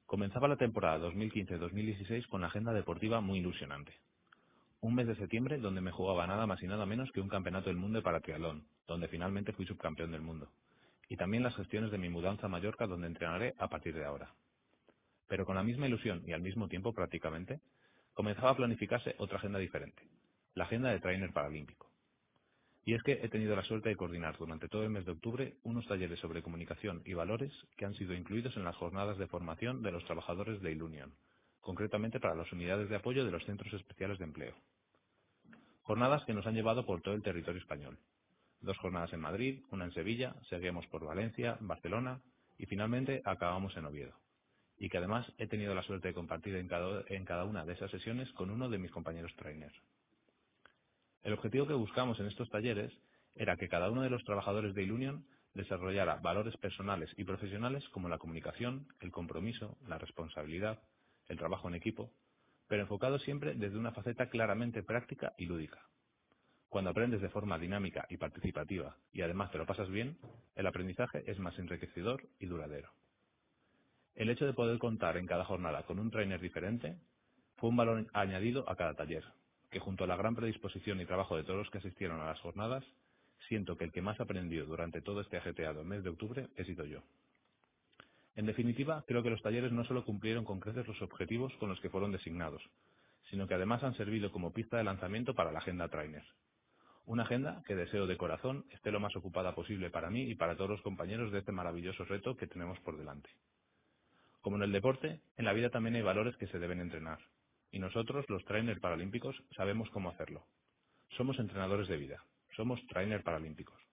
Comenzaba la temporada 2015-2016 con una agenda deportiva muy ilusionante. Un mes de septiembre donde me jugaba nada más y nada menos que un campeonato del mundo para triatlón, donde finalmente fui subcampeón del mundo. Y también las gestiones de mi mudanza a Mallorca, donde entrenaré a partir de ahora. Pero con la misma ilusión y al mismo tiempo prácticamente, comenzaba a planificarse otra agenda diferente, la agenda de trainer paralímpico. Y es que he tenido la suerte de coordinar durante todo el mes de octubre unos talleres sobre comunicación y valores que han sido incluidos en las jornadas de formación de los trabajadores de Ilunion, concretamente para las unidades de apoyo de los centros especiales de empleo. Jornadas que nos han llevado por todo el territorio español. 2 jornadas en Madrid, una en Sevilla, seguimos por Valencia, Barcelona y finalmente acabamos en Oviedo. Y que además he tenido la suerte de compartir en cada una de esas sesiones con uno de mis compañeros trainers. El objetivo que buscamos en estos talleres era que cada uno de los trabajadores de Ilunion desarrollara valores personales y profesionales como la comunicación, el compromiso, la responsabilidad, el trabajo en equipo, pero enfocado siempre desde una faceta claramente práctica y lúdica. Cuando aprendes de forma dinámica y participativa y además te lo pasas bien, el aprendizaje es más enriquecedor y duradero. El hecho de poder contar en cada jornada con un trainer diferente fue un valor añadido a cada taller, que junto a la gran predisposición y trabajo de todos los que asistieron a las jornadas, siento que el que más aprendió durante todo este ajetreado mes de octubre he sido yo. En definitiva, creo que los talleres no solo cumplieron con creces los objetivos con los que fueron designados, sino que además han servido como pista de lanzamiento para la agenda Trainer. Una agenda que deseo de corazón esté lo más ocupada posible para mí y para todos los compañeros de este maravilloso reto que tenemos por delante. Como en el deporte, en la vida también hay valores que se deben entrenar. Y nosotros, los trainers paralímpicos, sabemos cómo hacerlo. Somos entrenadores de vida. Somos trainers paralímpicos.